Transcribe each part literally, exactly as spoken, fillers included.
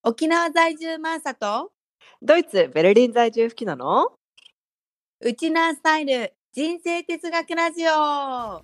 沖縄在住マーサとドイツベルリン在住フキノのウチナースタイル人生哲学ラジオ。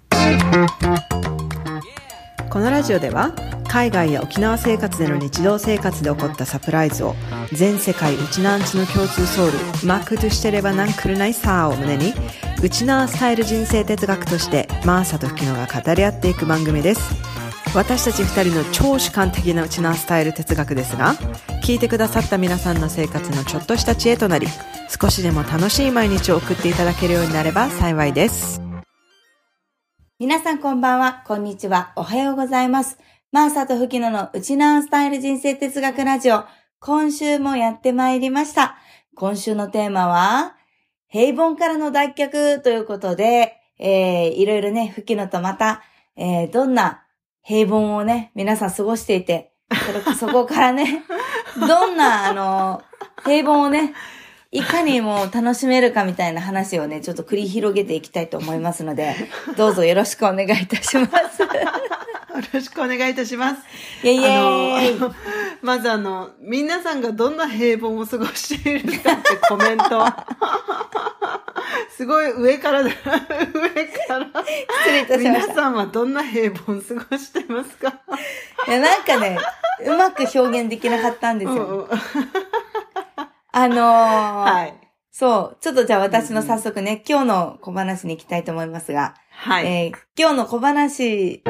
このラジオでは海外や沖縄生活での日常生活で起こったサプライズを全世界ウチナーンチの共通ソウルマックとしてればなんくるないさーを胸にウチナースタイル人生哲学としてマーサとフキノが語り合っていく番組です。私たちふたりの超主観的なウチナースタイル哲学ですが、聞いてくださった皆さんの生活のちょっとした知恵となり、少しでも楽しい毎日を送っていただけるようになれば幸いです。 皆さんこんばんは、こんにちは、おはようございます。マーサとフキノのウチナースタイル人生哲学ラジオ、今週もやってまいりました。今週のテーマは平凡からの脱却ということで、えー、いろいろね、フキノとまた、えー、どんな平凡をね、皆さん過ごしていて、それそこからね、どんな、あの、平凡をね、いかにも楽しめるかみたいな話をね、ちょっと繰り広げていきたいと思いますので、どうぞよろしくお願いいたします。 よろしくお願いいたします。 イェイイェイ。 あのまずあの、皆さんがどんな平凡を過ごしているかってコメント。すごい上からだ、上から。 失礼いたしました。 皆さんはどんな平凡過ごしてますか？ いや、なんかね、うまく表現できなかったんですよ。 うんうん、 あのー、 はい。 そう、ちょっとじゃあ私の早速ね、うんうん、今日の小話に行きたいと思いますが、 はい。 えー、今日の小話、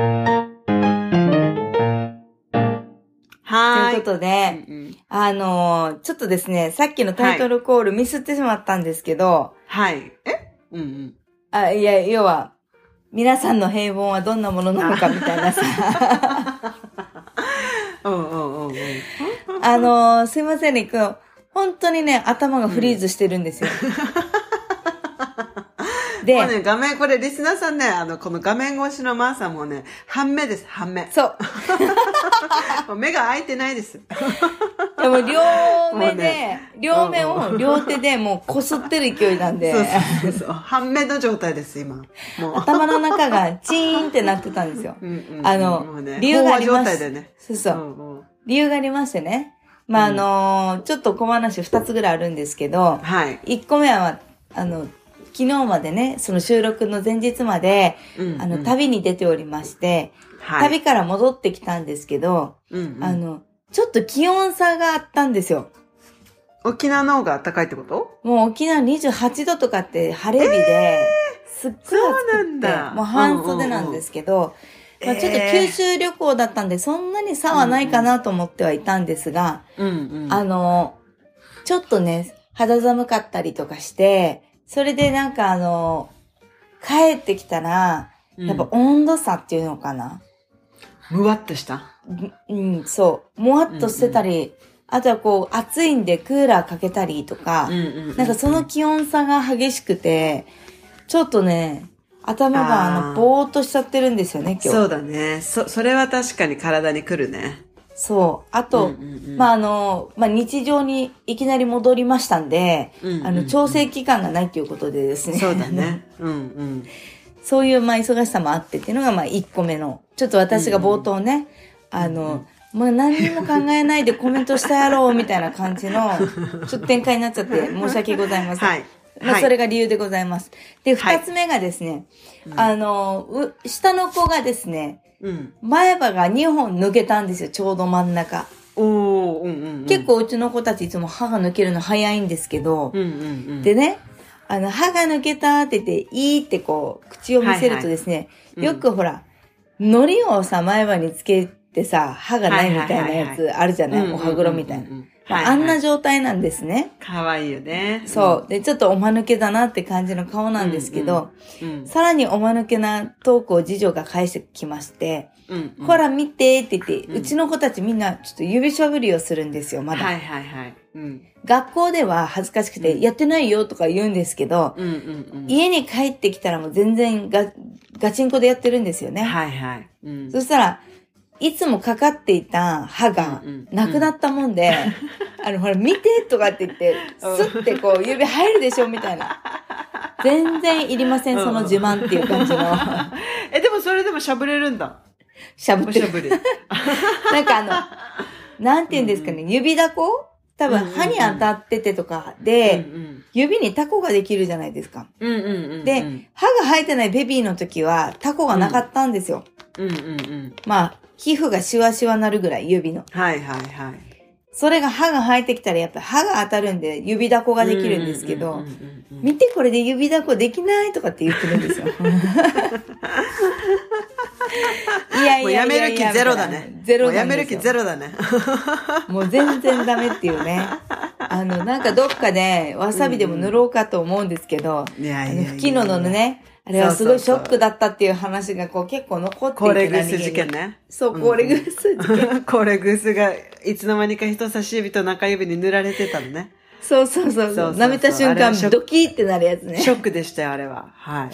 はい。ということで、うんうん、あのー、ちょっとですね、さっきのタイトルコールミスってしまったんですけど、 はい。えうんうん。 あ、いや、要は、皆さんの平凡はどんなものなのかみたいなさ。 うんうんうんうん。 あのー、すいませんね、今日、本当にね、頭がフリーズしてるんですよ。 うん、で、もうね、画面、これリスナーさんね、あの、この画面越しのマーさんもね、半目です、半目。 そう。 もう目が開いてないです。 でも両目で、ね、両目を両手でもうこすってる勢いなんで。 そうそうそう。半目の状態です、今。もう頭の中がチーンってなってたんですよ。うんうんうん、あの、ね、理由がありまして、ね、そうそう、うんうん。理由がありましてね。まあ、あのー、ちょっと小話二つぐらいあるんですけど、 はい。 一個目は、あの、昨日までね、その収録の前日まで、うんうん、あの、旅に出ておりまして、はい、旅から戻ってきたんですけど、うんうん、あの、ちょっと気温差があったんですよ。 沖縄の方が暖かいってこと？ もう沖縄にじゅうはちどとかって晴れ日で、えー、すっごい暑くて、もう半袖なんですけど、うんうんうん、まあ、ちょっと九州旅行だったんで、そんなに差はないかなと思ってはいたんですが、うんうん、あの、ちょっとね、肌寒かったりとかして、それでなんかあの、帰ってきたら、やっぱ温度差っていうのかな。 むわっとした？ うん、そう。もわっとしてたり、うんうん、あとはこう、暑いんでクーラーかけたりとか、うんうんうんうん、なんかその気温差が激しくて、ちょっとね、頭があの、ぼーっとしちゃってるんですよね、今日。 そうだね。そ、それは確かに体に来るね。 そう。あと、うんうんうん、まあ、あの、まあ、日常にいきなり戻りましたんで、うんうんうん、あの、調整期間がないということでですね。 そうだね。うんうん。 そういう、まあ、忙しさもあってっていうのが、まあ、いっこめの。ちょっと私が冒頭ね、うんうん、あの、もう何にも考えないでコメントしたやろうみたいな感じの、ちょっと展開になっちゃって申し訳ございません。はい。まあ、それが理由でございます。で、二つ目がですね、はい、あの、う、下の子がですね、うん、前歯がにほん抜けたんですよ、ちょうど真ん中。 おー、うんうんうん、 結構うちの子たちいつも歯が抜けるの早いんですけど、 うんうんうん、 でね、あの、歯が抜けたって言って、いいってこう、口を見せるとですね、はいはい、よくほら、海苔をさ、前歯につけてさ、歯がないみたいなやつあるじゃない、お歯黒みたいな。まあ、あんな状態なんですね。 かわいいよね。 そう。で、ちょっとおまぬけだなって感じの顔なんですけど、うんうんうん、さらにおまぬけなトークを次女が返してきまして、うんうん、ほら見てって言って、うん、うちの子たちみんなちょっと指しゃぶりをするんですよ、まだ。 はいはいはい。うん、 学校では恥ずかしくて、うん、やってないよとか言うんですけど、うんうんうん、家に帰ってきたらもう全然ガガチンコでやってるんですよね。 はいはい。うん、 そしたら、いつもかかっていた歯がなくなったもんで、うんうん、あの、ほら、見てとかって言って、スッてこう、指入るでしょみたいな。全然いりません、その自慢っていう感じの。 え、でもそれでもしゃぶれるんだ。 しゃぶってる。 しゃぶれ。 なんかあの、 なんて言うんですかね、うんうん、指だこ多分歯に当たっててとかで、うんうん、指にタコができるじゃないですか。 うんうんうんうん、 で、歯が生えてないベビーの時はタコがなかったんですよ。 うんうんうん、 まあ、皮膚がシワシワなるぐらい、指の。 はいはいはい。 それが歯が生えてきたらやっぱり歯が当たるんで指だこができるんですけど、見てこれで指だこできないとかって言ってるんですよ。いやいやいやいや、 もうやめる気ゼロだね。 ゼロもうやめる気ゼロだね。 もう全然ダメっていうね。あの、なんかどっかでわさびでも塗ろうかと思うんですけど、 いやいやいやいや、 あの、吹きののね、あれはすごいショックだったっていう話がこう結構残っていて。 コレグス事件ね。 そう、コレグス事件。 コレグスがいつの間にか人差し指と中指に塗られてたのね。 そうそうそう。そう舐めた瞬間、ドキーってなるやつね。 ショックでしたよ、あれは。はい。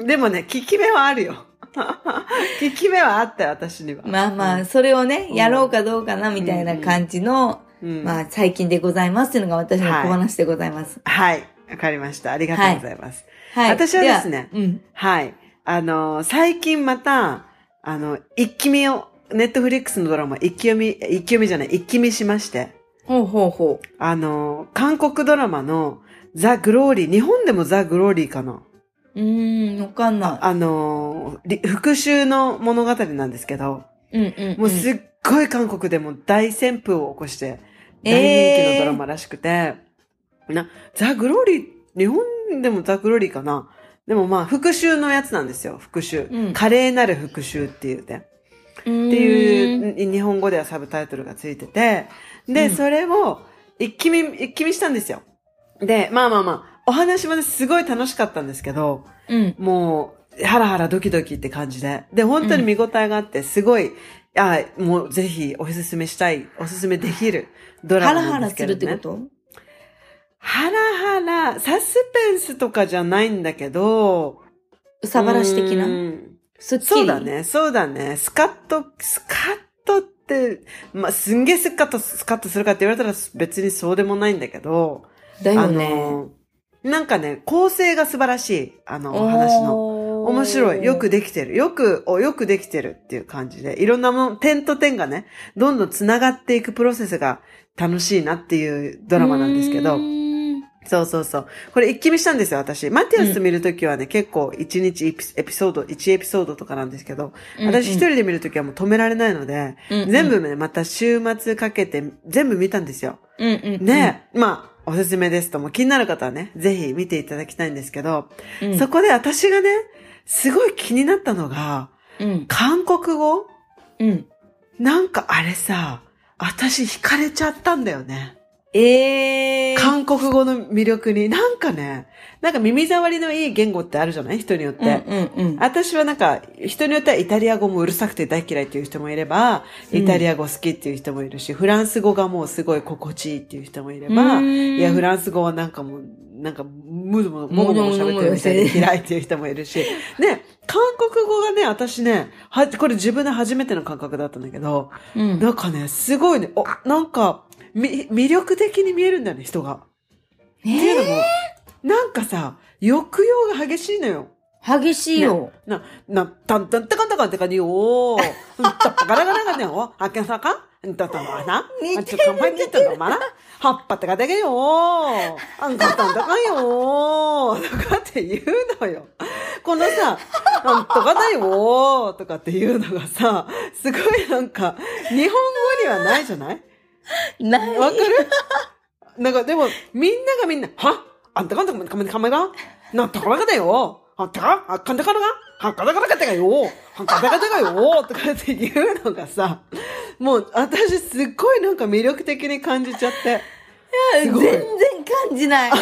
でもね、効き目はあるよ。効き目はあったよ、私には。 まあまあ、うん、それをね、やろうかどうかな、みたいな感じの、うんうん、まあ、最近でございますっていうのが私の小話でございます。 はい。わ、はい、かりました。ありがとうございます。 はい。 私はですね、 うん、 はい。あの、最近また、あの、一気見を、ネットフリックスのドラマ、一気読み、一気読みじゃない、一気見しまして。 ほうほうほう。 あの、韓国ドラマのザ・グローリー、日本でもザ・グローリーかな。 うーん、わかんない。 あの、復讐の物語なんですけど、 うんうんうん、 もうすっごい韓国でも大旋風を起こして、大人気のドラマらしくて、えー、な、ザ・グローリー、日本でもザ・グローリーかな。でもまあ、復讐のやつなんですよ、復讐。うん、華麗なる復讐っていうね。っていう、日本語ではサブタイトルがついてて、で、うん、それを一気見、一気見したんですよ。で、まあまあまあ、お話まですごい楽しかったんですけど、 うん、 もう、ハラハラドキドキって感じで。で、本当に見応えがあって、すごい、あ、もうぜひおすすめしたい、おすすめできるドラマなんですけど、ね。 ハラハラするってこと？ ハラハラ、サスペンスとかじゃないんだけど、 うさばらし的な？ スッキリ？そうだね、そうだね。スカッと、スカッとって、まあ、すんげえスカッと、スカッとするかって言われたら別にそうでもないんだけど、 だよね。 あの、なんかね、構成が素晴らしい、あの、話の。面白い。よくできてる。よく、お、よくできてるっていう感じで、いろんなもの、点と点がね、どんどん繋がっていくプロセスが楽しいなっていうドラマなんですけど、そうそうそう。これ一気見したんですよ、私。マティアス見るときはね、うん、結構一日エピソード、一エピソードとかなんですけど、うんうん、私一人で見るときはもう止められないので、うんうん、全部ね、また週末かけて全部見たんですよ。 うんうんうん、 で、まあ、おすすめですとも気になる方はね、ぜひ見ていただきたいんですけど、 うん、 そこで私がね、すごい気になったのが、 うん、 韓国語、 うん、 なんかあれさ、私惹かれちゃったんだよね。 ええー。 韓国語の魅力に、なんかね、なんか耳障りのいい言語ってあるじゃない人によって、 うんうんうん。 私はなんか、人によってはイタリア語もうるさくて大嫌いっていう人もいれば、イタリア語好きっていう人もいるし、うん、フランス語がもうすごい心地いいっていう人もいれば、いや、フランス語はなんかもう、なんか、むずも、もごもご喋ってるみたいで嫌いっていう人もいるし、ね、韓国語がね、私ね、は、これ自分で初めての感覚だったんだけど、 うん、 なんかね、すごいね、お、なんか、み、魅力的に見えるんだよね、人が。 えー、 っていうのも、なんかさ、抑揚が激しいのよ。 激しいよ。 な、な、な、たんたんたかんたかんてかによー。たっぱガラガラがねよ。あけさかんたたまな。 似てる。 ちょっとパンチったのまな。葉っぱってかだけよー。あんかたんたかんよー。とかって言うのよ。このさ、なんとかだよー。とかって言うのがさ、すごいなんか、日本語にはないじゃないない。 わかるなんかでも、みんながみんな、はあんたかんたかんたかんたかんがなんとかだかだよあんたかあかんたかがはんかだかだかだよはんかだかだかよとかっていうのがさ、もう私すっごいなんか魅力的に感じちゃって。 いや、全然感じない。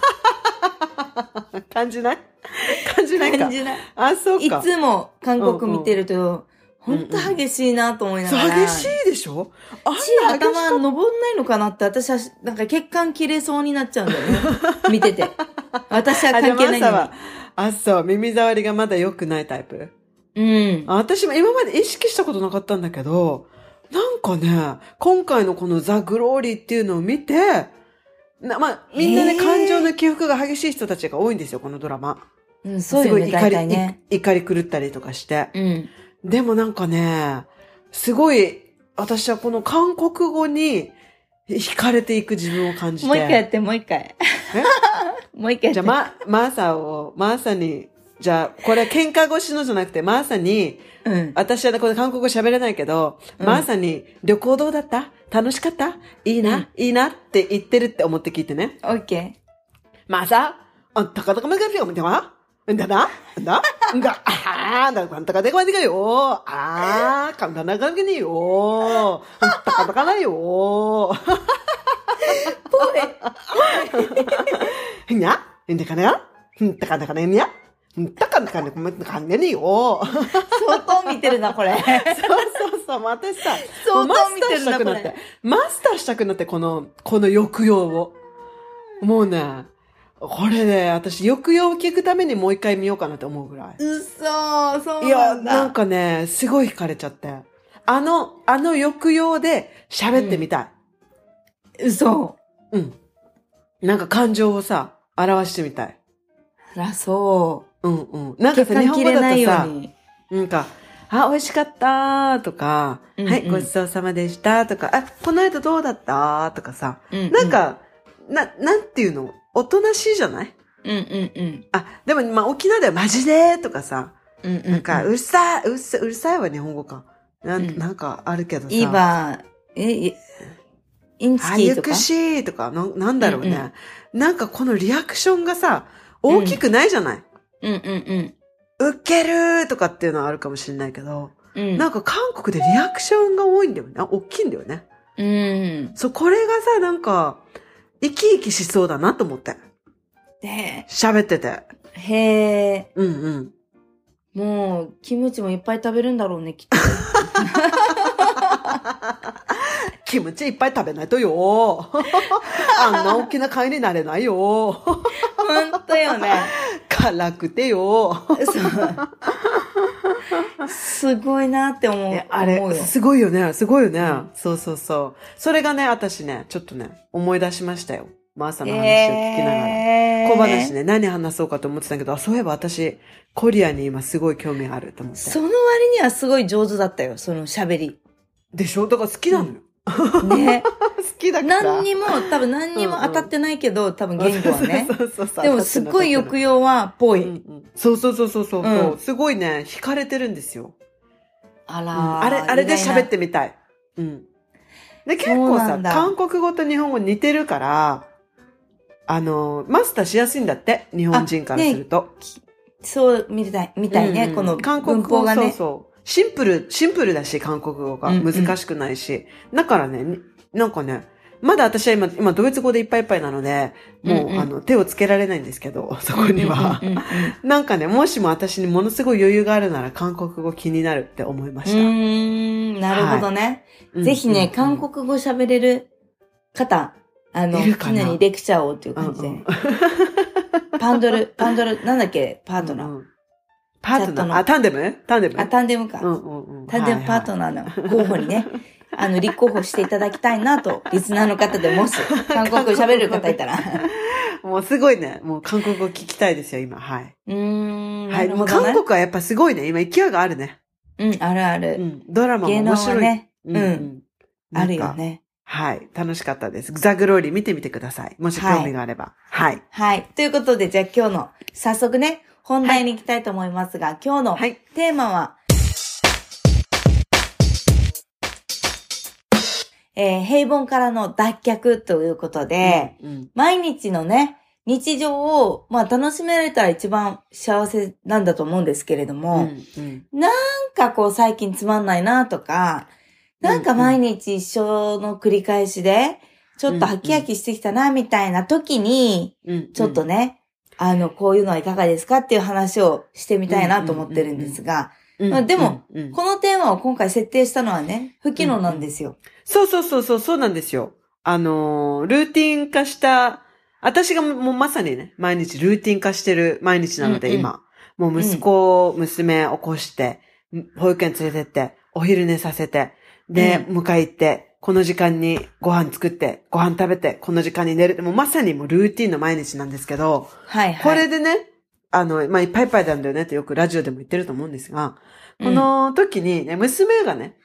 感じない感じないか。 感じない。 あ、そうか。 いつも韓国見てると、うんうんほんと激しいなと思いながら。 激しいでしょあんな激し頭登んないのかなって私は、なんか血管切れそうになっちゃうんだよね。見てて。私は関係ないのに。 あ、あ、そう、耳障りがまだ良くないタイプ。 うん。 私も今まで意識したことなかったんだけど、なんかね、今回のこのザ・グローリーっていうのを見て、なまあ、みんなね、感情の起伏が激しい人たちが多いんですよ、このドラマ。 うん、そうよね、大体ね。 怒り狂ったりとかして。 うん。 でもなんかね、すごい、 私はこの韓国語に惹かれていく自分を感じて。 もう一回やって、もう一回。 えもう一回やって。 じゃあ、ま、マーサを、マーサに、じゃあ、これ喧嘩越しのじゃなくて、マーサに、うん、私はこれ韓国語喋れないけど、うん、マーサに、旅行どうだった？楽しかった？いいな、うん、いいなって言ってるって思って聞いてね。 オッケー。 マーサ、あんたかたかまがぴよ、みたいな。んだな、んだ、んだ、あー、だ、かんたかでかまでかよ。あー、かんたなかでかねよ。んたかたかなよ。にゃんでかねやんたかなかねにゃんたかなかねこめかんねによ。 相当見てるな、これ。 そうそうそう、私さ、相当見てるな、これ。マスターしたくなって、この、この抑揚を。もうね、これね、私、抑揚を聞くためにもう一回見ようかなって思うぐらい。 うそー、そうなんだ。いや、なんかね、すごい惹かれちゃって。あの、あの抑揚で喋ってみたい。 うん、嘘。 うん。なんか感情をさ、表してみたい。 あら、そう。 うんうん。なんかさ、日本語だとさ、なんか、あ、美味しかったーとか、うんうん、はい、ごちそうさまでしたとか、あ、この間どうだったーとかさ、うんうん、なんか、な、なんていうの、おとなしいじゃない？ うんうんうん。 あ、でも、まあ、沖縄ではマジでーとかさ、うんうんうん、なんか、うるさい、うるさい、うるさいは日本語か。なん、うん、なんかあるけどさ。 いいわ、え、インチキとか。 あ、ゆくしーとか、な、なんだろうね、うんうん。なんかこのリアクションがさ、大きくないじゃない？ うんうんうん。 ウケるーとかっていうのはあるかもしれないけど、うん、なんか韓国でリアクションが多いんだよね。大きいんだよね。 うん。 そう、これがさ、なんか、生き生きしそうだなと思って。 で、 喋ってて。 へー。 うんうん。 もう、キムチもいっぱい食べるんだろうね、きっと。 キムチいっぱい食べないとよ。あんな大きな貝になれないよ。 ほんとよね。 辛くてよ。 そう。すごいなって思う。 あれ思うよ、 すごいよね。すごいよね、うん。そうそうそう。それがね、私ね、ちょっとね、思い出しましたよ。マーサの話を聞きながら。えー、小話ね、何話そうかと思ってたけど、そういえば私、コリアに今すごい興味があると思って。 その割にはすごい上手だったよ、その喋り。 でしょ？だから好きなのよ。 うん、ね。 好きだから。 何にも、多分何にも当たってないけど、うんうん、多分言語はね。そうそうそうでもすっごい抑揚は、ぽい、うんうん。 そうそうそうそうそう、うん。すごいね、惹かれてるんですよ。 あらー、 うん、あれ、あれで喋ってみたい。うん。で、結構さ、韓国語と日本語似てるから、あの、マスターしやすいんだって、日本人からすると。 ね、そう見たい、見たいね、うん、この文法がね。 そうそう。シンプル、シンプルだし、韓国語が難しくないし。うんうん、だからね、なんかね、まだ私は今、今、ドイツ語でいっぱいいっぱいなので、もう、うんうん、あの、手をつけられないんですけど、そこには。なんかね、もしも私にものすごい余裕があるなら、韓国語気になるって思いました。 うーん、なるほどね。はい、ぜひね、うんうんうん、韓国語喋れる方、あの、みんなにレクチャーをっていう感じで。うんうん、パンドル、パンドル、なんだっけ、パートナー。うんうん、 パートナーあ、タンデムタンデムあ、タンデムか。 うんうんうん、 タンデムパートナーの候補にね、あの、立候補していただきたいなと、リスナーの方でもし、韓国語喋れる方いたら。 もうすごいね、もう韓国語聞きたいですよ、今、はい。 うーん、 はい、もう韓国はやっぱすごいね、今勢いがあるね。 うん、あるある。うん、 ドラマも面白い。芸能はね、 うん、うん、あるよね。 はい。楽しかったです。ザ・グローリー見てみてください。もし興味があれば。はい。はい。 はい、ということで、じゃあ今日の、早速ね、本題に行きたいと思いますが、はい、今日のテーマは、はい、えー、平凡からの脱却ということで、うんうん、毎日のね、日常を、まあ楽しめられたら一番幸せなんだと思うんですけれども、うんうん、なんかこう最近つまんないなとか、なんか毎日一緒の繰り返しで、ちょっと飽き飽きしてきたな、みたいな時に、ちょっとね、あの、こういうのはいかがですかっていう話をしてみたいなと思ってるんですが、でも、このテーマを今回設定したのはね、不機能なんですよ。 そうそうそうそう、そうなんですよ。あの、ルーティン化した、私がもうまさにね、毎日ルーティン化してる毎日なので、うんうん、今、もう息子、うん、娘起こして、保育園連れてって、お昼寝させて、で、うん、迎え行って、この時間にご飯作って、ご飯食べて、この時間に寝るって、もうまさにもうルーティンの毎日なんですけど、 はいはい。 これでね、あの、まあ、いっぱいいっぱいなんだよねってよくラジオでも言ってると思うんですが、この時にね、娘がね、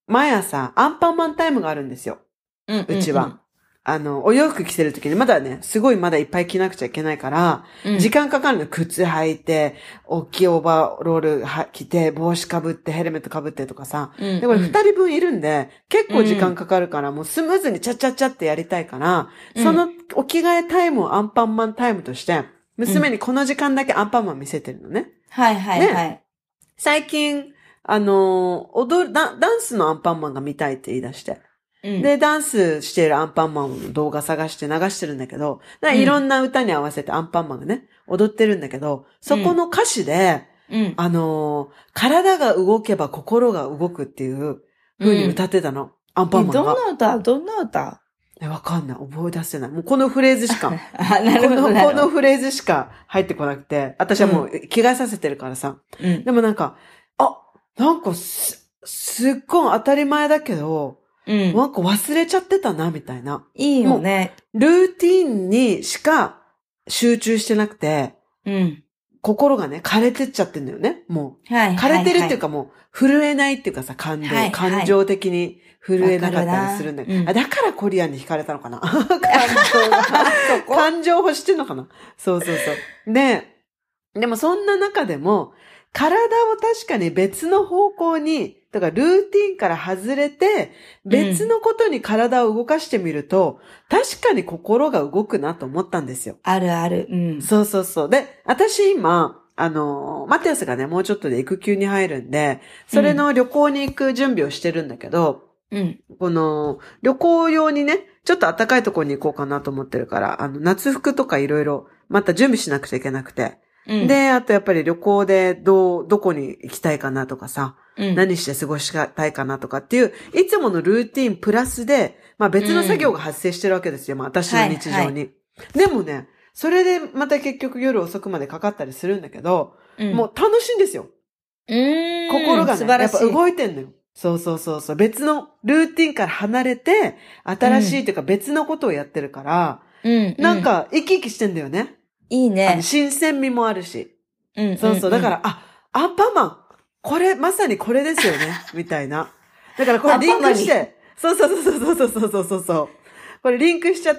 毎朝アンパンマンタイムがあるんですよ。 うんうんうん、 うちは。あの、お洋服着てるときにまだね、すごいまだいっぱい着なくちゃいけないから、うん、時間かかるの。靴履いて、大きいオーバーロール着て、帽子かぶって、ヘルメットかぶってとかさ。うんうん、で、これ二人分いるんで、結構時間かかるから、もうスムーズにチャチャチャってやりたいから、うん、そのお着替えタイムをアンパンマンタイムとして、娘にこの時間だけアンパンマン見せてるのね。 はいはいはい。 最近、あの、踊るダ、ダンスのアンパンマンが見たいって言い出して。うん、で、ダンスしているアンパンマンの動画探して流してるんだけど、いろんな歌に合わせてアンパンマンがね、踊ってるんだけど、そこの歌詞で、うん、あの、体が動けば心が動くっていう風に歌ってたの、うん、アンパンマンが。 どんな歌どんな歌え、わかんない。覚え出せない。もうこのフレーズしか。 あ、なるほど。 この、このフレーズしか入ってこなくて、私はもう着替えさせてるからさ。うん、でもなんか、あ、なんかす、すっごい当たり前だけど、うん。なんか忘れちゃってたな、みたいな。 いいよね。 ルーティーンにしか集中してなくて、うん。心がね、枯れてっちゃってんだよね、もう。はい、はい。枯れてるっていうかもう、震えないっていうかさ、感動、はいはい、感情的に震えなかったりするんだけど、うん、あ、だからコリアンに惹かれたのかな感情が。感情欲してんのかなそうそうそう。で、でもそんな中でも、体を確かに別の方向に、だからルーティンから外れて、別のことに体を動かしてみると、うん、確かに心が動くなと思ったんですよ。 あるある。うん。 そうそうそう。で、私今、あの、マテウスがね、もうちょっとで育休に入るんで、それの旅行に行く準備をしてるんだけど、うん。この、旅行用にね、ちょっと暖かいところに行こうかなと思ってるから、あの、夏服とかいろいろ、また準備しなくちゃいけなくて。うん、で、あとやっぱり旅行でどう、どこに行きたいかなとかさ、うん、何して過ごしたいかなとかっていう、いつものルーティンプラスで、まあ別の作業が発生してるわけですよ、まあ私の日常に。はいはい、でもね、それでまた結局夜遅くまでかかったりするんだけど、うん、もう楽しいんですよ。 うーん心がね、やっぱ動いてんのよ。そうそうそうそう。別のルーティンから離れて、新しいというか別のことをやってるから、うん、なんか生き生きしてんだよね。 いいね。 新鮮味もあるし。うんうんうん、そうそう。だから、あ、アンパンマン、これ、まさにこれですよね。みたいな。だからこれリンクして、そうそうそうそうそうそうそうそう。これリンクしちゃって、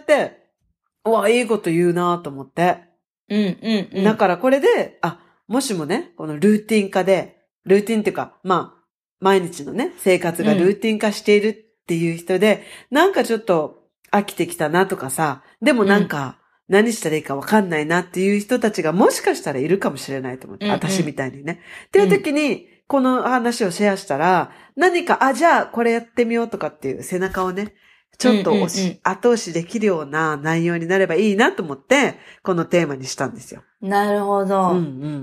うわ、いいこと言うなと思って。 うんうんうん。 だからこれで、あ、もしもね、このルーティン化で、ルーティンっていうか、まあ、毎日のね、生活がルーティン化しているっていう人で、うん、なんかちょっと飽きてきたなとかさ、でもなんか、うん何したらいいかわかんないなっていう人たちがもしかしたらいるかもしれないと思って。うんうん、私みたいにね。っていう時に、この話をシェアしたら、何か、あ、じゃあこれやってみようとかっていう背中をね、ちょっと押し、うんうんうん、後押しできるような内容になればいいなと思って、このテーマにしたんですよ。 なるほど。うんうん、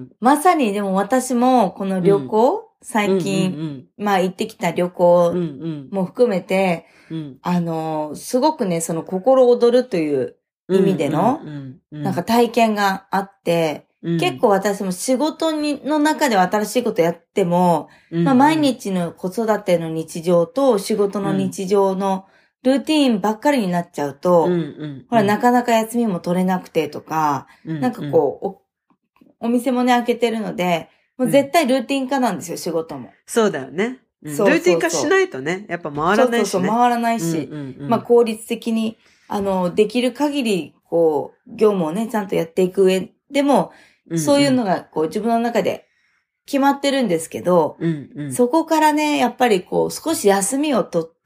まさにでも私もこの旅行、うん、最近、うんうんうん、まあ行ってきた旅行も含めて、うんうん、あの、すごくね、その心躍るという意味での、うんうんうん、なんか体験があって、うん、結構私も仕事にの中では新しいことやっても、うんうんまあ、毎日の子育ての日常と仕事の日常のルーティーンばっかりになっちゃうと、うんうんうん、ほらなかなか休みも取れなくてとか、うんうん、なんかこうお、お店もね開けてるので、もう絶対ルーティーン化なんですよ、仕事も。 そうだよね。うん、そうそうそうルーティーン化しないとね、やっぱ回らないし、ね。 そうそうそう、回らないし、うんうんうん、まあ効率的にあの、できる限り、こう、業務をね、ちゃんとやっていく上でも、うんうん、そういうのが、こう、自分の中で決まってるんですけど、うんうん、そこからね、やっぱりこう、少し休みを取って、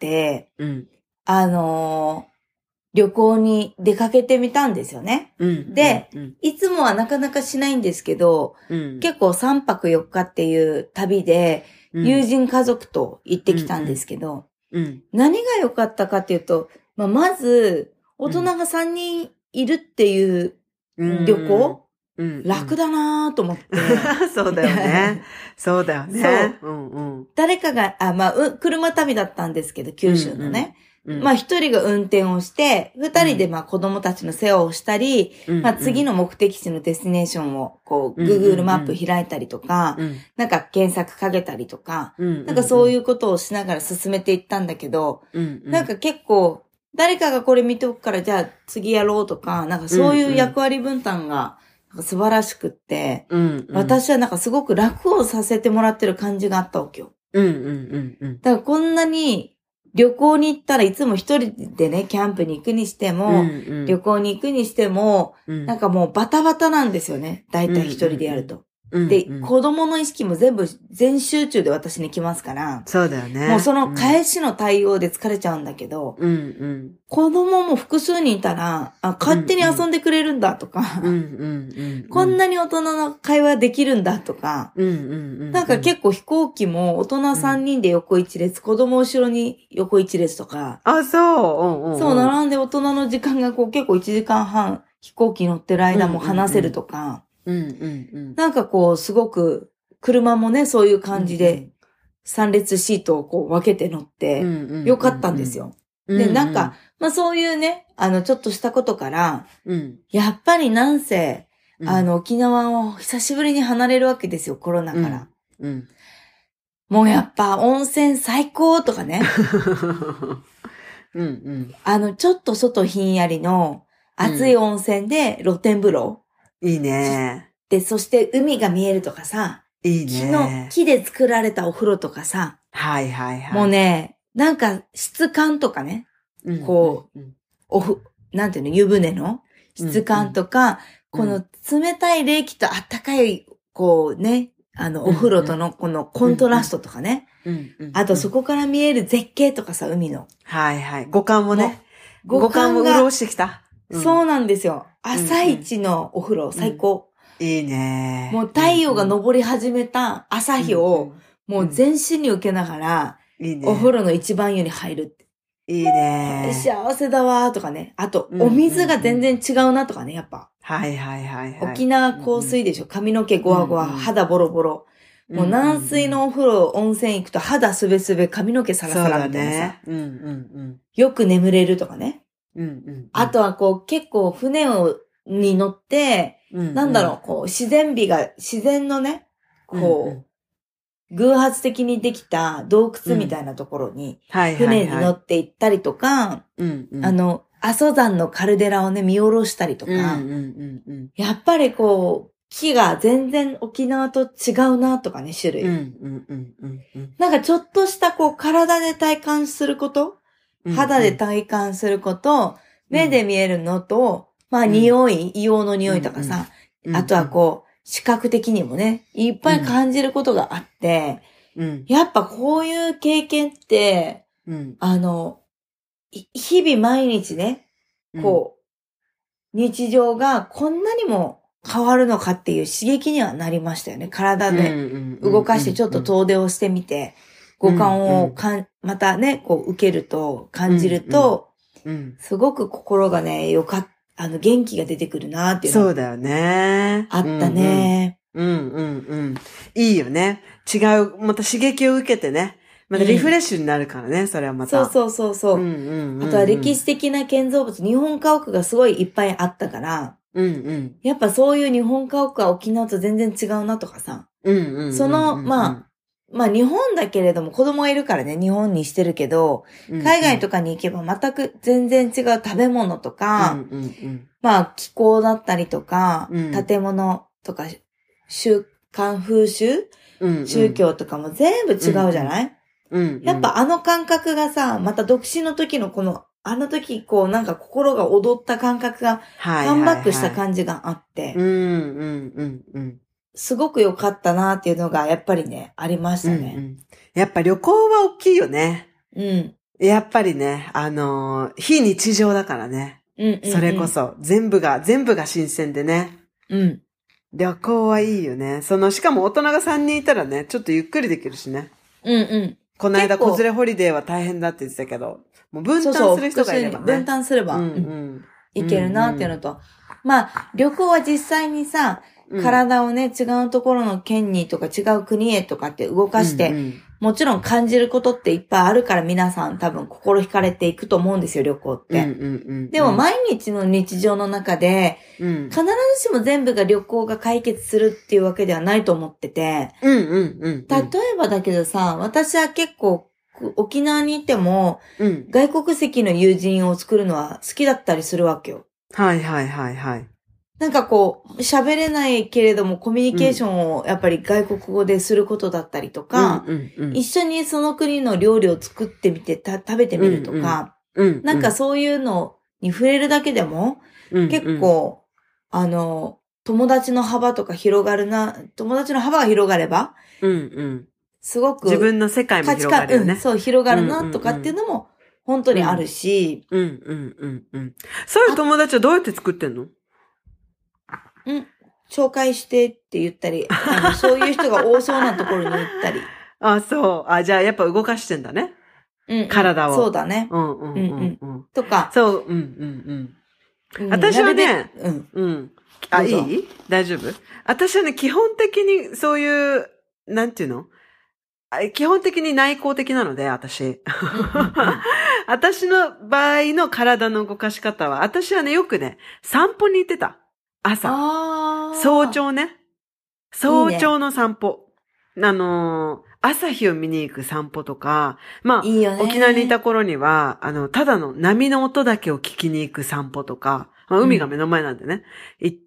うん、あのー、旅行に出かけてみたんですよね。うん、で、うんうん、いつもはなかなかしないんですけど、うん、結構さんぱくよっかっていう旅で、友人家族と行ってきたんですけど、うんうん、何が良かったかっていうと、まあ、まず、大人がさんにんいるっていう旅行、うんうん、楽だなぁと思って。 そうだよね。そうだよね。そう、うんうん。 誰かが、あ、まあ、う、車旅だったんですけど、九州のね。うんうん、まあ、一人が運転をして、二人でまあ子供たちの世話をしたり、うん、まあ次の目的地のデスティネーションをこう、Google マップ開いたりとか、うん、なんか検索かけたりとか、うん、なんかそういうことをしながら進めていったんだけど、うんうん、なんか結構、誰かがこれ見ておくからじゃあ次やろうとか、なんかそういう役割分担が素晴らしくって、うんうん、私はなんかすごく楽をさせてもらってる感じがあったわけよ。 うんうんうんうん。 だからこんなに旅行に行ったらいつも一人でね、キャンプに行くにしても、 うんうん、 旅行に行くにしても、 うん、 なんかもうバタバタなんですよね。だいたい一人でやると。 うんうん、 で、 うんうん、 子供の意識も全部全集中で私に来ますから。 そうだよね。 もうその返しの対応で疲れちゃうんだけど、 うんうん、 子供も複数人いたら、あ、勝手に遊んでくれるんだとか、 うんうんうんうん、 こんなに大人の会話できるんだとか、 うんうんうん、 なんか結構飛行機も大人さんにんで横一列、子供後ろに横一列とか、 あ、そう、うんうんうん、 そう、並んで大人の時間がこう結構いちじかんはん飛行機乗ってる間も話せるとか、 うんうんうん、 なんかこうすごく車もね、そういう感じでさん列シートをこう分けて乗ってよかったんですよ。で、なんか、まあそういうね、あのちょっとしたことから、 うん、 やっぱりなんせ、あの沖縄を久しぶりに離れるわけですよ、コロナから。 うんうん、 もうやっぱ温泉最高とかね。 うんうん、 あの、ちょっと外ひんやりの熱い温泉で露天風呂。 いいね。 で、そして海が見えるとかさ。 いいね。 木の、木で作られたお風呂とかさ。 はいはいはい。 もうね、なんか質感とかね。 うん、 こう、うん、おふ、なんていうの、湯船の質感とか、うんうん、この冷たい冷気と暖かい、こうね、あの、お風呂とのこのコントラストとかね。うんうん、あとそこから見える絶景とかさ、海の。 はいはい。五感もね。五感も潤してきた。 うん、そうなんですよ。朝一のお風呂、最高。 うん、いいね。 もう太陽が昇り始めた朝日を、もう全身に受けながら、いいね、お風呂の一番湯に入るって。 いいね。 幸せだわーとかね。あと、お水が全然違うなとかね、やっぱ。 はいはいはいはい。 沖縄香水でしょ。髪の毛ゴワゴワ、肌ボロボロ。もう軟水のお風呂、温泉行くと肌すべすべ、髪の毛サラサラみたいなさ。うんうんうん、よく眠れるとかね。うんうんうん、あとはこう結構船をに乗って、うんうん、なんだろう、こう自然美が、自然のね、こう、うんうん、偶発的にできた洞窟みたいなところに、船に乗って行ったりとか、あの、阿蘇山のカルデラをね、見下ろしたりとか、うんうんうんうん、やっぱりこう、木が全然沖縄と違うなとかね、種類。うんうんうんうん、なんかちょっとしたこう、体で体感すること、肌で体感すること、目で見えるのと、まあ匂い、硫黄の匂いとかさ、あとはこう、視覚的にもね、いっぱい感じることがあって、やっぱこういう経験って、あの、日々毎日ね、こう、日常がこんなにも変わるのかっていう刺激にはなりましたよね。体で動かしてちょっと遠出をしてみて、五感をかん、またね、こう受けると、感じると、うんうん、すごく心がね、よかっ、あの、元気が出てくるなっていうの。 そうだよね。 あったね。 うんうん、うんうんうん。いいよね。違う、また刺激を受けてね。またリフレッシュになるからね、うん、それはまた。 そうそうそうそう。うんうんうんうん、あとは歴史的な建造物、日本家屋がすごいいっぱいあったから、うんうん、やっぱそういう日本家屋は沖縄と全然違うなとかさ。うんうんうんうん、その、まあ、まあ日本だけれども子供がいるからね、日本にしてるけど、うんうん、海外とかに行けば全く全然違う食べ物とか、うんうんうん、まあ気候だったりとか、うん、建物とか、習慣風習、うんうん、宗教とかも全部違うじゃない、うんうん、やっぱあの感覚がさ、また独身の時のこの、あの時こうなんか心が踊った感覚が、カムバックした感じがあって、うんうんうんうんすごく良かったなっていうのがやっぱりね、ありましたね。うんうん、 やっぱ旅行は大きいよね。うん。やっぱりね、あのー、非日常だからね。うんうんうん。それこそ、全部が、全部が新鮮でね。うん。旅行はいいよね。その、しかも大人がさんにんいたらね、ちょっとゆっくりできるしね。うんうん。この間、子連れホリデーは大変だって言ってたけど、もう分担する人がいればね。 そうそう分担すれば、うんうん、いけるなっていうのと、うんうん、まあ、旅行は実際にさ、体をね、違うところの県にとか違う国へとかって動かして、うんうん、もちろん感じることっていっぱいあるから皆さん多分心惹かれていくと思うんですよ、旅行って。うんうんうんうん、でも毎日の日常の中で、うん、必ずしも全部が旅行が解決するっていうわけではないと思ってて、うんうんうんうん、例えばだけどさ、私は結構沖縄にいても、うん、外国籍の友人を作るのは好きだったりするわけよ。 はいはいはいはい。 なんかこう、喋れないけれどもコミュニケーションをやっぱり外国語ですることだったりとか、 うんうんうん、 一緒にその国の料理を作ってみてた食べてみるとか、 うんうん、 なんかそういうのに触れるだけでも、 うんうん、 結構、あの、友達の幅とか広がるな、友達の幅が広がれば、 うんうん、 すごく自分の世界も広がるよね。 価値観、うん、そう、広がるなとかっていうのも本当にあるし、 うんうんうんうん。そういう友達はどうやって作ってんの？ うん、紹介してって言ったり、あの、そういう人が多そうなところに行ったり。 あ、そう。あ、じゃあやっぱ動かしてんだね。 うん、うん、 体を。 そうだね。 うんうんうんうん。うんうん、 とか。 そう、うんうんうん。 うん、 私はね、 うん。 うん。あ、いい？大丈夫？私はね、基本的にそういう、なんていうの？基本的に内向的なので、私。うんうんうん、私の場合の体の動かし方は、私はね、よくね、散歩に行ってた。朝。早朝ね。早朝の散歩。いいね、あのー、朝日を見に行く散歩とか、まあ、いいよね、沖縄にいた頃には、あの、ただの波の音だけを聞きに行く散歩とか、まあ、海が目の前なんでね、うん、行って、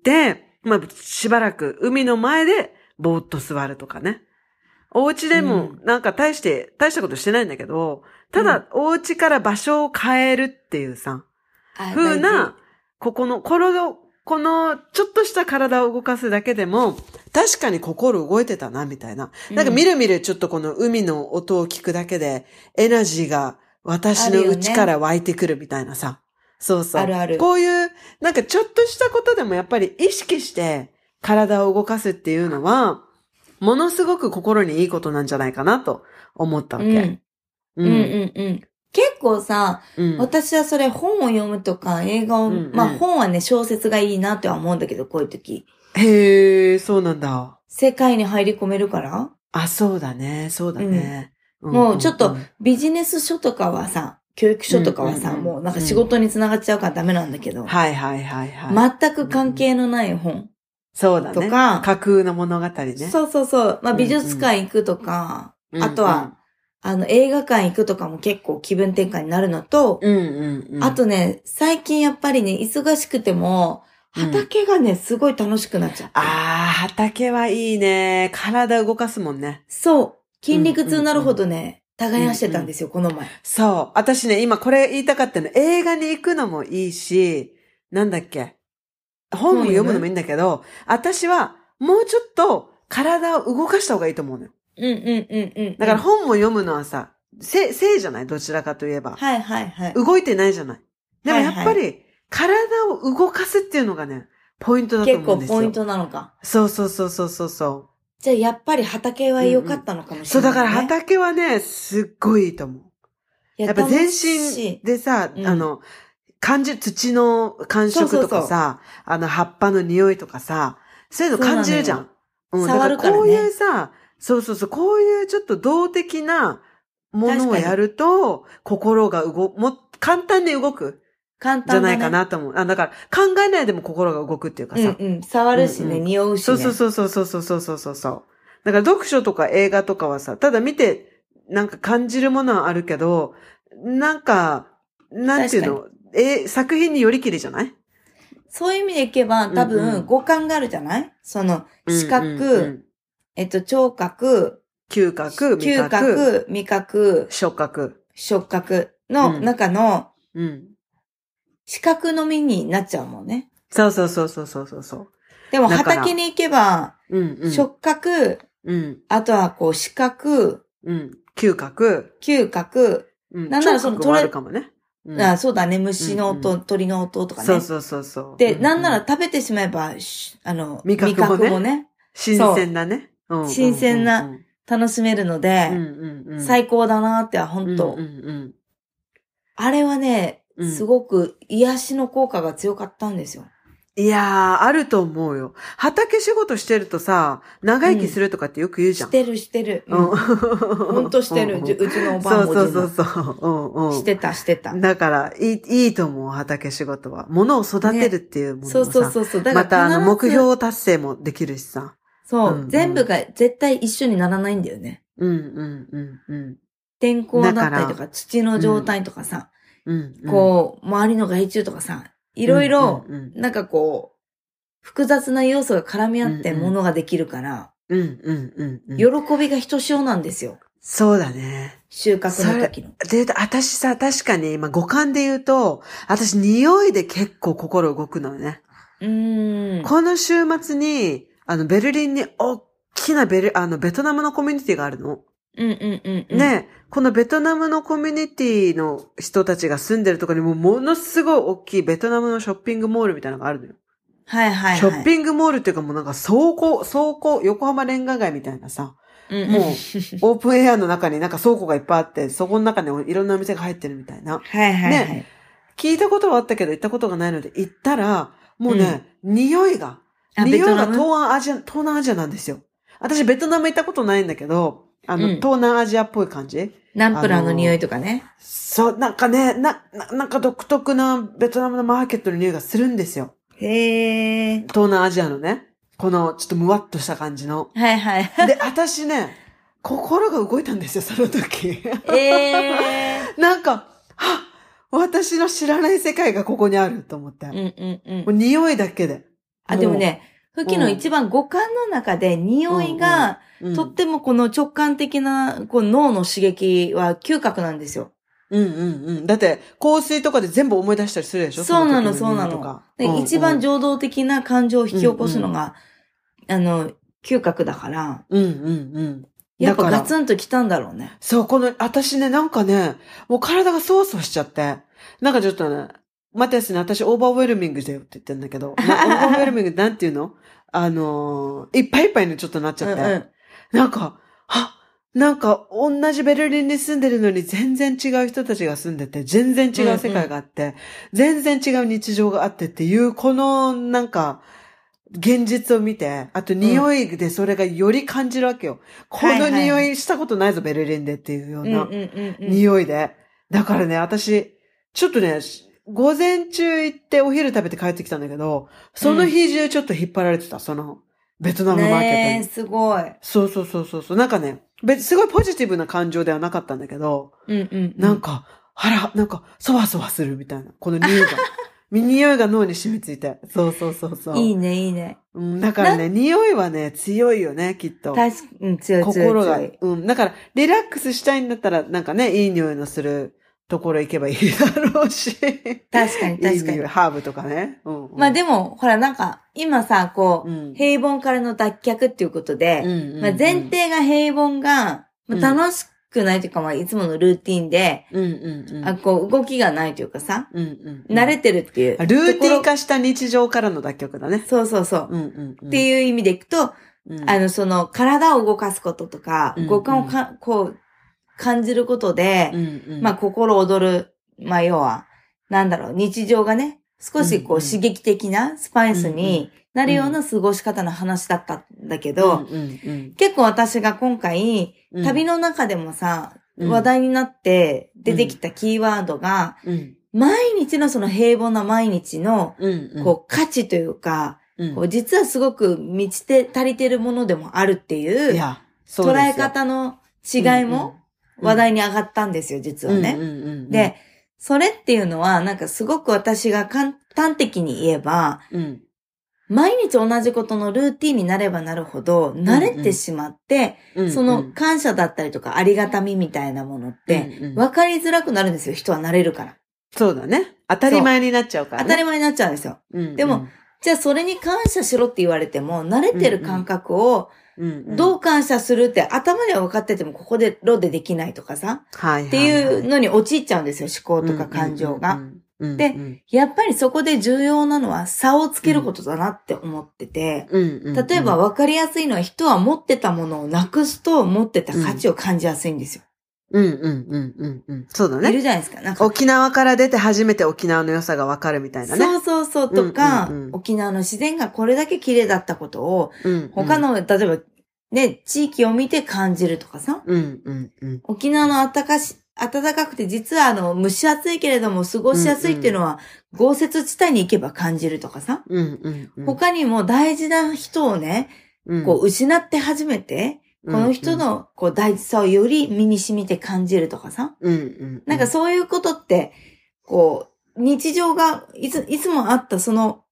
まあ、しばらく海の前でぼーっと座るとかね。お家でもなんか大して、大したことしてないんだけど、ただお家から場所を変えるっていうさ、風な、ここの、この、このちょっとした体を動かすだけでも、確かに心動いてたな、みたいな。なんかみるみるちょっとこの海の音を聞くだけで、エナジーが私の内から湧いてくるみたいなさ。そうそう。 あるある。 こういう、なんかちょっとしたことでもやっぱり意識して体を動かすっていうのは、ものすごく心にいいことなんじゃないかなと思ったわけ。うん。 うん、うん、うんうん。結構さ、うん、私はそれ本を読むとか映画を、うんうん、まあ本はね、小説がいいなっては思うんだけど、こういう時。 へー、そうなんだ。 世界に入り込めるから。 あ、そうだね、そうだね。 うん、もうちょっとビジネス書とかはさ、教育書とかはさ、うんうんうん、もうなんか仕事につながっちゃうからダメなんだけど。 はいはいはいはい。 全く関係のない本。うんそうだね。 とか、 架空の物語ね。 そうそうそう。まあ美術館行くとか、うんうん、あとは、うんうん、あの映画館行くとかも結構気分転換になるのと、 うんうんうん、 あとね、最近やっぱりね、忙しくても、畑がね、うん、すごい楽しくなっちゃって。 ああ、畑はいいね。体動かすもんね。 そう。筋肉痛になるほどね、うんうんうん、耕してたんですよ、この前。 そう。私ね、今これ言いたかったの。映画に行くのもいいし、なんだっけ。本も読むのもいいんだけど、私はもうちょっと体を動かした方がいいと思うのよ。 うんうんうんうん。 だから本も読むのはさ、せ、せいじゃない？どちらかといえば。 はいはいはい。 動いてないじゃない。でもやっぱり、体を動かすっていうのがね、ポイントだと思うんですよ。 結構ポイントなのか。 そうそうそうそうそうそう。 じゃあやっぱり畑は良かったのかもしれない、ね、 そう、だから畑はね、すっごいいいと思う。やっぱ全身でさ、うん、あの、感じ、土の感触とかさ、そうそうそう、あの葉っぱの匂いとかさ、そういうの感じるじゃん。うん、 触るからね。 こういうさ、そうそうそう、こういうちょっと動的なものをやると、心が動く、も、簡単に動く。 簡単じゃないかなと思う。あ、だから考えないでも心が動くっていうかさ。 うんうん。触るしね、うんうん、匂うしね。 そうそうそうそうそうそうそうそうそう。だから読書とか映画とかはさ、ただ見て、なんか感じるものはあるけど、なんか、なんていうの、え、作品によりきりじゃない？ そういう意味でいけば、多分、うんうん、五感があるじゃない？その、視覚、うんうんうん、えっと、聴覚、 嗅覚、味覚、 嗅覚、味覚、 触覚、 触覚の中の、 うん、うん視覚のみになっちゃうもんね。 そうそうそうそうそうそう。 でも畑に行けば、 うんうん、 触覚、 うん、 あとはこう視覚、 うん、嗅覚、 嗅覚、 うん、なんならその鳥、あるかもね。 うん、あ、そうだね。虫の音、うんうん、鳥の音とかね。 そうそうそうそう。 で、うんうん、なんなら食べてしまえば、あの、 味覚もね。味覚もね新鮮だね。 うんうんうんうん、新鮮な、楽しめるので、 うんうんうん、 最高だなっては本当、 うんうんうん、 あれはね、すごく癒しの効果が強かったんですよ。 いやー、あると思うよ。畑仕事してるとさ、長生きするとかってよく言うじゃん。 うん、してるしてる。うん。ほんとしてる。うちのおばあも。 そうそうそうそう。うんうん。 してたしてた。 だから、いい、いいと思う、畑仕事は。物を育てるっていうものもさ、ね、 そうそうそう。だからまたあの、目標達成もできるしさ。 そう、うんうん。全部が絶対一緒にならないんだよね。 うんうんうんうん。 天候だったりとか、土の状態とかさ。 うんうん、 こう、周りの害虫とかさ、いろいろ、なんかこう、 複雑な要素が絡み合ってものができるから、 うんうんうんうん。 喜びがひとしおなんですよ。 そうだね。 収穫の時の。 で、私さ、確かに今五感で言うと、私匂いで結構心動くのね。 うーん。 この週末に、あの、ベルリンに大きなベル、あの、ベトナムのコミュニティがあるの。 うんうんうんうん。 ね、このベトナムのコミュニティの人たちが住んでるところにもものすごい大きいベトナムのショッピングモールみたいなのがあるのよ。 はいはいはい。 ショッピングモールっていうかもうなんか倉庫、倉庫、横浜レンガ街みたいなさ、 うんうん、 もうオープンエアの中になんか倉庫がいっぱいあって、そこの中にいろんなお店が入ってるみたいな。 はいはいはい。 ね、聞いたことはあったけど行ったことがないので行ったら、もうね、うん、匂いが、匂いが東南アジア、東南アジアなんですよ。私ベトナム行ったことないんだけど、あの、うん、東南アジアっぽい感じ。 ナンプラーの匂いとかね。 そう、なんかね、な、な、なんか独特なベトナムのマーケットの匂いがするんですよ。 へー。 東南アジアのね、このちょっとムワッとした感じの。 はいはい。 で、私ね、心が動いたんですよ、その時。 えー。なんか、はっ、私の知らない世界がここにあると思って。 うんうんうん。もう匂いだけで。 あ、でもね、フキの一番五感の中で匂いが、うんうん、とってもこの直感的なこう脳の刺激は嗅覚なんですよ。 うんうんうん。だって、香水とかで全部思い出したりするでしょ？ そうなの、そうなの。で、うんうん、一番情動的な感情を引き起こすのが、うんうん、あの、嗅覚だから。 うんうんうん。 やっぱガツンと来たんだろうね。 そう、この、私ね、なんかね、もう体がそわそわしちゃって、なんかちょっとね、待ってですね、私オーバーウェルミングだよって言ってんだけど、オーバーウェルミングなんていうの？あのー、いっぱいいっぱいにちょっとなっちゃって。うんうん、なんか、はなんか、同じベルリンに住んでるのに全然違う人たちが住んでて、全然違う世界があって、うんうん、全然違う日常があってっていう、この、なんか、現実を見て、あと匂いでそれがより感じるわけよ。うん、この匂いしたことないぞ、ベルリンでっていうような匂いで。だからね、私、ちょっとね、午前中行ってお昼食べて帰ってきたんだけど、その日中ちょっと引っ張られてた、その、ベトナムマーケットに。 ねえ、すごい。 そうそうそうそう。なんかね、別、すごいポジティブな感情ではなかったんだけど、 うんうんうん、 なんか、あら、なんか、そわそわするみたいな。この匂いが。匂いが脳に染みついて。そうそうそうそう。 いいね、いいね。 うん、だからね、匂いはね、強いよね、きっと。 確かに、強い強い強い。 心が。うん。だから、リラックスしたいんだったら、なんかね、いい匂いのするところ行けばいいだろうし。 確かに確かに。いい匂い、 ハーブとかね。うんうん、 まあでも、ほらなんか、今さ、こう、うん、平凡からの脱却っていうことで、うんうんうん、まあ前提が平凡が、まあ、楽しくないというか、まあいつものルーティンで、 うんうんうん、 あこう動きがないというかさ、 うんうんうん、 慣れてるっていう。 ルーティン化した日常からの脱却だね。 そうそうそう。 うんうんうん、 っていう意味でいくと、うん、あの、その、体を動かすこととか、うんうん、五感をか、こう、感じることで、うんうん、まあ心躍る、まあ要は、なんだろう、日常がね、少しこう刺激的なスパイスになるような過ごし方の話だったんだけど、うんうんうん、結構私が今回、旅の中でもさ、うん、話題になって出てきたキーワードが、うん、毎日のその平凡な毎日の、こう価値というか、うん、こう実はすごく満ちて足りてるものでもあるっていう、捉え方の違いも話題に上がったんですよ、実はね。で、それっていうのは、なんかすごく私が簡単的に言えば、うん、毎日同じことのルーティンになればなるほど、慣れてしまって、うんうん、その感謝だったりとかありがたみみたいなものって、分かりづらくなるんですよ、人は慣れるから。 そうだね。当たり前になっちゃうからね。 当たり前になっちゃうんですよ。うんうん、でも、じゃあそれに感謝しろって言われても、慣れてる感覚を、どう感謝するって頭では分かっててもここでロでできないとかさ、はいはいはい、っていうのに陥っちゃうんですよ、思考とか感情が。で、やっぱりそこで重要なのは差をつけることだなって思ってて、例えば分かりやすいのは人は持ってたものをなくすと持ってた価値を感じやすいんですよ。 うんうんうんうんうん。そうだね。 いるじゃないですか。なんか沖縄から出て初めて沖縄の良さがわかるみたいなね。 そうそうそうとか、うんうんうん、沖縄の自然がこれだけ綺麗だったことを、うんうん、他の、例えばね、地域を見て感じるとかさ、うんうんうん、沖縄の暖かし、暖かくて実はあの蒸し暑いけれども過ごしやすいっていうのは、うんうん、豪雪地帯に行けば感じるとかさ、うんうんうん、他にも大事な人をね、うん、こう失って初めて、この人のこう大事さをより身に染みて感じるとかさ。うんうんうん、なんかそういうことって、こう、日常がいつ、いつもあったその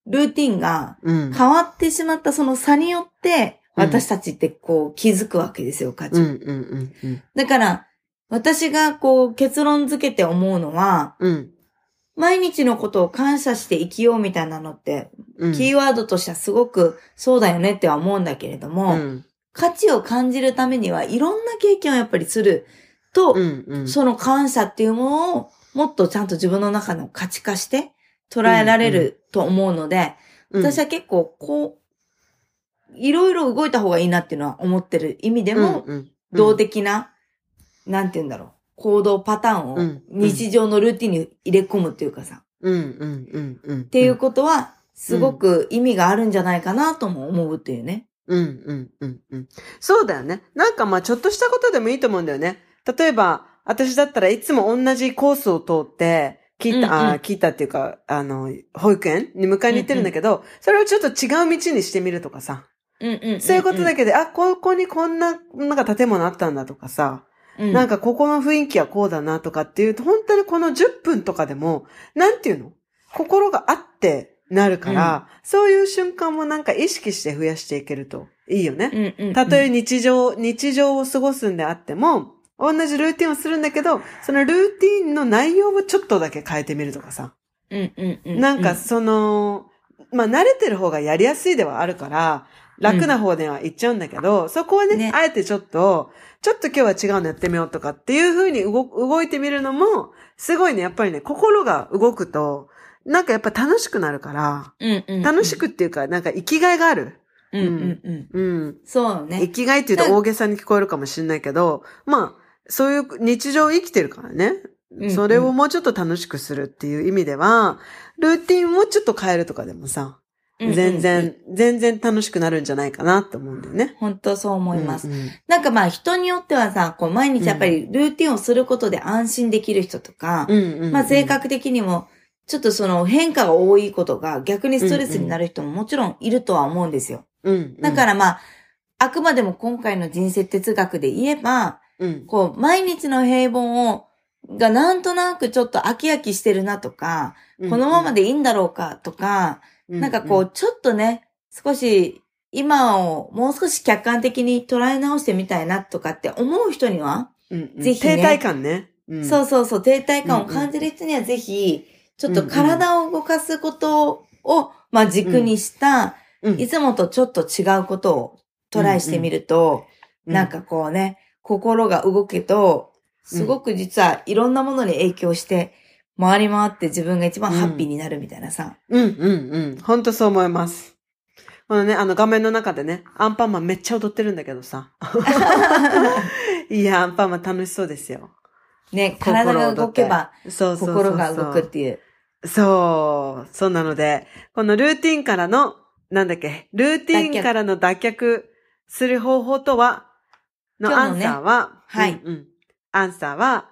ルーティンがうん。 変わってしまったその差によって、私たちってこう気づくわけですよ、価値。 うんうんうんうん。 だから、私がこう結論付けて思うのは、 うん。 毎日のことを感謝して生きようみたいなのって、 うん。 キーワードとしてはすごくそうだよねっては思うんだけれども、 うん価値を感じるためにはいろんな経験をやっぱりすると、 うんうん。 その感謝っていうものをもっとちゃんと自分の中の価値化して捉えられると思うので、 うん私は結構こう、いろいろ動いた方がいいなっていうのは思ってる意味でも、 うんうん動的な、なんて言うんだろう、行動パターンをうん日常のルーティンに入れ込むっていうかさ、 うんうんうんうん。っっていうことは、すごく意味があるんじゃないかなとも思うっていうね。 うんうんうんうん。そうだよね。なんかまあちょっとしたことでもいいと思うんだよね。例えば、私だったらいつも同じコースを通って、聞いた、 うんうんあ聞いたっていうか、あの、保育園に迎えに行ってるんだけど、それをちょっと違う道にしてみるとかさ。 うんうんうんうん、 そういうことだけで、あ、ここにこんな、なんか建物あったんだとかさ。 うん、 なんかここの雰囲気はこうだなとかっていうと、本当にこのじゅっぷんとかでも、なんていうの？心があってなるから、うん、そういう瞬間もなんか意識して増やしていけるといいよね。 うんうんうん、 たとえ日常、日常を過ごすんであっても、同じルーティンをするんだけど、そのルーティンの内容をちょっとだけ変えてみるとかさ。 うんうんうんうん、 なんかその、まあ慣れてる方がやりやすいではあるから、楽な方では行っちゃうんだけど、うん、そこはね、ね、あえてちょっと、ちょっと今日は違うのやってみようとかっていう風に動、動いてみるのも、すごいね、やっぱりね、心が動くと、なんかやっぱ楽しくなるから、 うんうんうん、 楽しくっていうか、なんか生きがいがある。 うんうんうん。 うん。 そうね。 生きがいって言うと大げさに聞こえるかもしれないけど、まあ、そういう日常を生きてるからね。うんうん、それをもうちょっと楽しくするっていう意味では、ルーティンをちょっと変えるとかでもさ、全然、うんうんうん、全然楽しくなるんじゃないかなって思うんだよね。 本当そう思います。うんうん、なんかまあ人によってはさ、こう毎日やっぱりルーティンをすることで安心できる人とか、うんうんうん、まあ性格的にもちょっとその変化が多いことが逆にストレスになる人ももちろんいるとは思うんですよ。うんうん、だからまあ、あくまでも今回の人生哲学で言えば、うん、こう毎日の平凡をがなんとなくちょっと飽き飽きしてるなとか、うんうん、このままでいいんだろうかとか、なんかこう、ちょっとね、少し今をもう少し客観的に捉え直してみたいなとかって思う人には、 うんうん、ぜひね。停滞感ね、 うん。そうそうそう、停滞感を感じる人にはぜひ、ちょっと体を動かすことを、まあ軸にした、うんうん、いつもとちょっと違うことをトライしてみると、うんうん、なんかこうね、心が動くと、すごく実はいろんなものに影響して、回り回って自分が一番ハッピーになるみたいなさ。 うん、うん、うんうん。ほんとそう思います。このね、あの画面の中でね、アンパンマンめっちゃ踊ってるんだけどさ。いや、アンパンマン楽しそうですよ。 ね、体が動けば、そうそうそうそう心が動くっていう。 そう、そうなので、このルーティンからの、なんだっけ、ルーティンからの脱却する方法とは、のアンサーは、ね、 はい、 うんうん。アンサーは、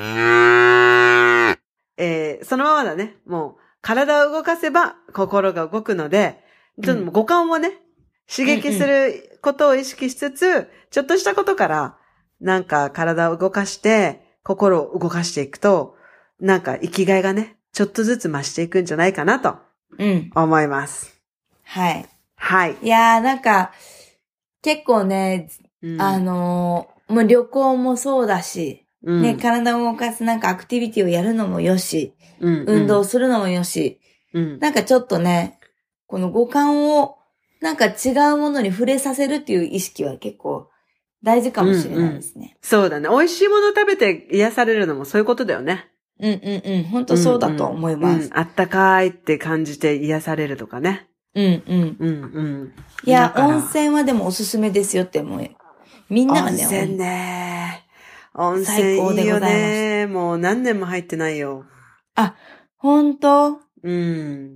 えー、そのままだね。もう、体を動かせば心が動くので、ちょっと五感をね、刺激することを意識しつつ、うんうん、ちょっとしたことから、なんか体を動かして、心を動かしていくと、なんか生きがいがね、ちょっとずつ増していくんじゃないかなと、思います。 うん、はい。 はい。 いやーなんか、結構ね、うん、あのー、もう旅行もそうだし、うん、ね、体を動かすなんかアクティビティをやるのもよし、うんうん、運動するのもよし、うん、なんかちょっとね、この五感をなんか違うものに触れさせるっていう意識は結構大事かもしれないですね。うんうん、 そうだね。美味しいもの食べて癒されるのもそういうことだよね。 うんうんうん。本当そうだと思います。うんうんうん、あったかいって感じて癒されるとかね。 うんうん。うんうん。いや、温泉はでもおすすめですよって思う。みんながね。 温泉ね。温泉いいよね。もう何年も入ってないよ。 あ、ほんと？ うん。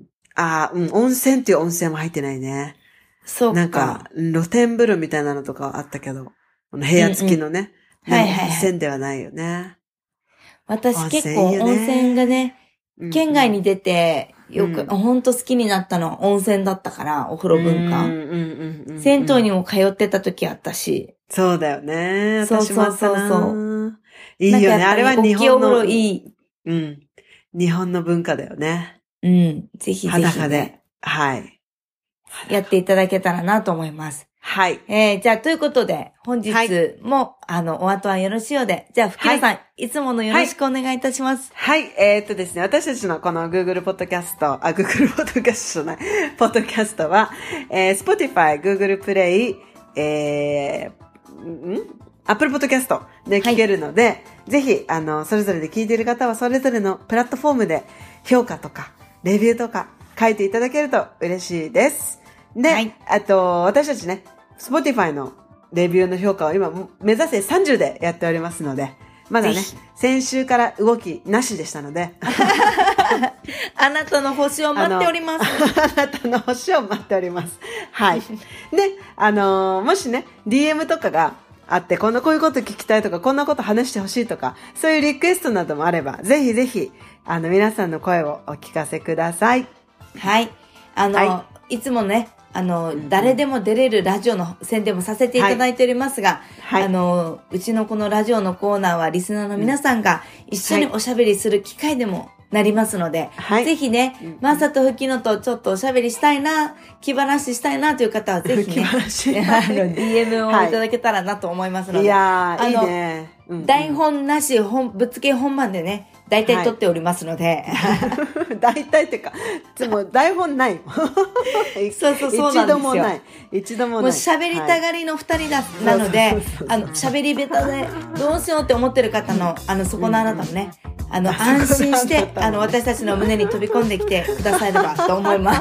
あ、うん、温泉っていう温泉も入ってないね。 そうか。 なんか、露天風呂みたいなのとかあったけど、部屋付きのね。 うんうん、はいはいはい。 温泉ではないよね。 私結構温泉がね、県外に出て、よく、うん、ほんと好きになったのは温泉だったから、お風呂文化。銭湯にも通ってた時あったし。 そうだよね。私もあったな。 そうそうそう。 いいよね。あれは日本の。 お風呂いい。 うん。日本の文化だよね。 うん。ぜひぜひ、ね。 裸で。 はい。 やっていただけたらなと思います。 はい。 えー、じゃあ、ということで、本日も、はい、あの、お後はよろしいようで、じゃあ、ふきのさん、はい、いつものよろしくお願いいたします。 はい。はい、えー、っとですね、私たちのこの Google Podcast、あ、Google Podcast じゃない、ポッドキャストは、えー、Spotify、Google Play、えー、んApple Podcast で聞けるので、はい、ぜひ、あの、それぞれで聞いている方は、それぞれのプラットフォームで評価とか、レビューとか書いていただけると嬉しいです。で、はい、あと、私たちね、Spotify のレビューの評価を今、目指せさんじゅうでやっておりますので、まだね、先週から動きなしでしたので。 あなたの星を待っております。 あ, あなたの星を待っております。はい。で、あのー、もしね、ディーエム とかがあって、このこういうこと聞きたいとか、こんなこと話してほしいとか、そういうリクエストなどもあれば、ぜひぜひ、あの、皆さんの声をお聞かせください。 はい。あの、はい、いつもね、あの、うん、誰でも出れるラジオの宣伝もさせていただいておりますが、はいはい、あの、うちのこのラジオのコーナーはリスナーの皆さんが一緒におしゃべりする機会でもなりますので、はい、ぜひね、うん、マーサとフキノとちょっとおしゃべりしたいな、気晴ししたいなという方はぜひね、あの、ディーエム をいただけたらなと思いますので、はい、いやー、いいね。 うんうん、台本なし、本、ぶっつけ本番でね、大体撮っておりますので。 はい、大体っていうか、でも台本ない。 そうそうそうなんですよ。 一度もない。一度もない。もう喋りたがりの二人だ、はい、なので、あの、喋り下手でどうしようって思ってる方の、あの、そこのあなたもね、あの、安心して、あの、私たちの胸に飛び込んできてくださればと思います。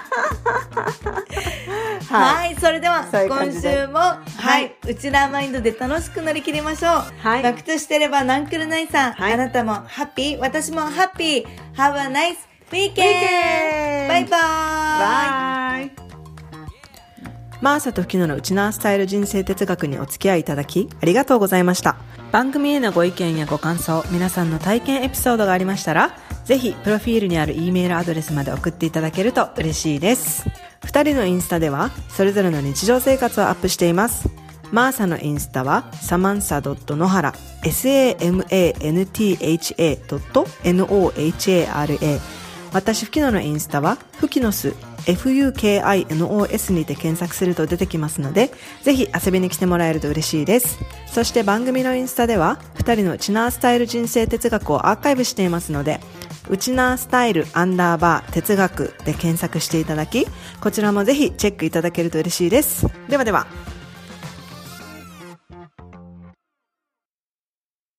はい、はい、それでは今週も、はい、はい、うちらマインドで楽しく乗り切りましょう。はい、バクとしてればナンクルナイさん、はい、あなたもハッピー、私もハッピー。Have a nice weekend! バイバーイ。 バイ。マーサとフキノのウチナースタイル人生哲学にお付き合いいただきありがとうございました。番組へのご意見やご感想、皆さんの体験エピソードがありましたら、ぜひプロフィールにある E メールアドレスまで送っていただけると嬉しいです。二人のインスタではそれぞれの日常生活をアップしています。マーサのインスタはサマンサ .nohara samantha.nohara。 私フキノのインスタはフキノス フキノス にて検索すると出てきますので、ぜひ遊びに来てもらえると嬉しいです。そして番組のインスタでは二人のウチナースタイル人生哲学をアーカイブしていますので、ウチナースタイルアンダーバー哲学で検索していただき、こちらもぜひチェックいただけると嬉しいです。ではでは。